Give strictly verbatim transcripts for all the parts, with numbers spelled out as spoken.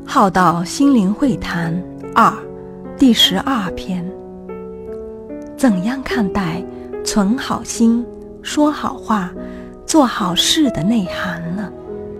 浩道心灵会谈二第十二篇，怎样看待存好心、说好话、做好事的内涵呢？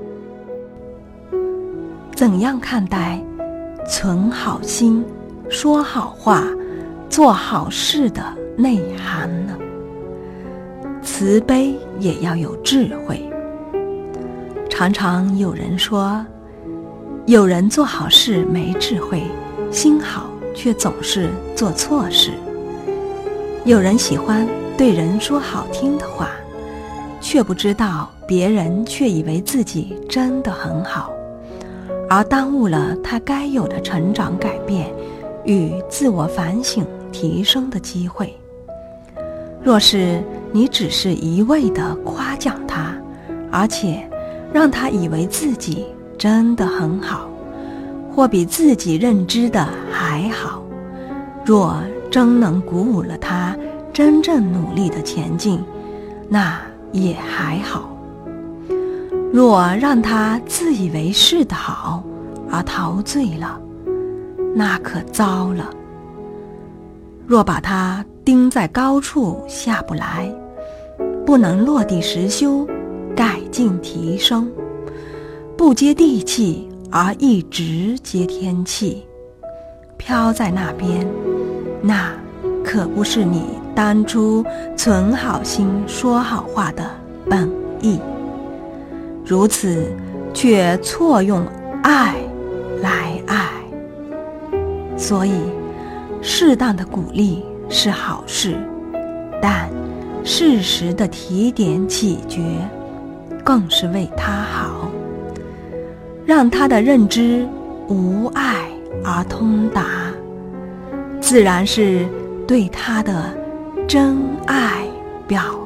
怎样看待存好心、说好话、做好事的内涵呢？慈悲也要有智慧。常常有人说，有人做好事没智慧，心好却总是做错事。有人喜欢对人说好听的话，却不知道别人却以为自己真的很好，而耽误了他该有的成长改变与自我反省提升的机会。若是你只是一味地夸奖他，而且让他以为自己真的很好，或比自己认知的还好，若真能鼓舞了他真正努力的前进，那也还好。若让他自以为是的好而陶醉了，那可糟了。若把他钉在高处下不来，不能落地实修改进提升，不接地气而一直接天气，飘在那边，那可不是你当初存好心说好话的本意。如此却错用爱来爱，所以适当的鼓励是好事，但适时的提点启觉更是为他好，让他的认知无碍而通达，自然是对他的真爱表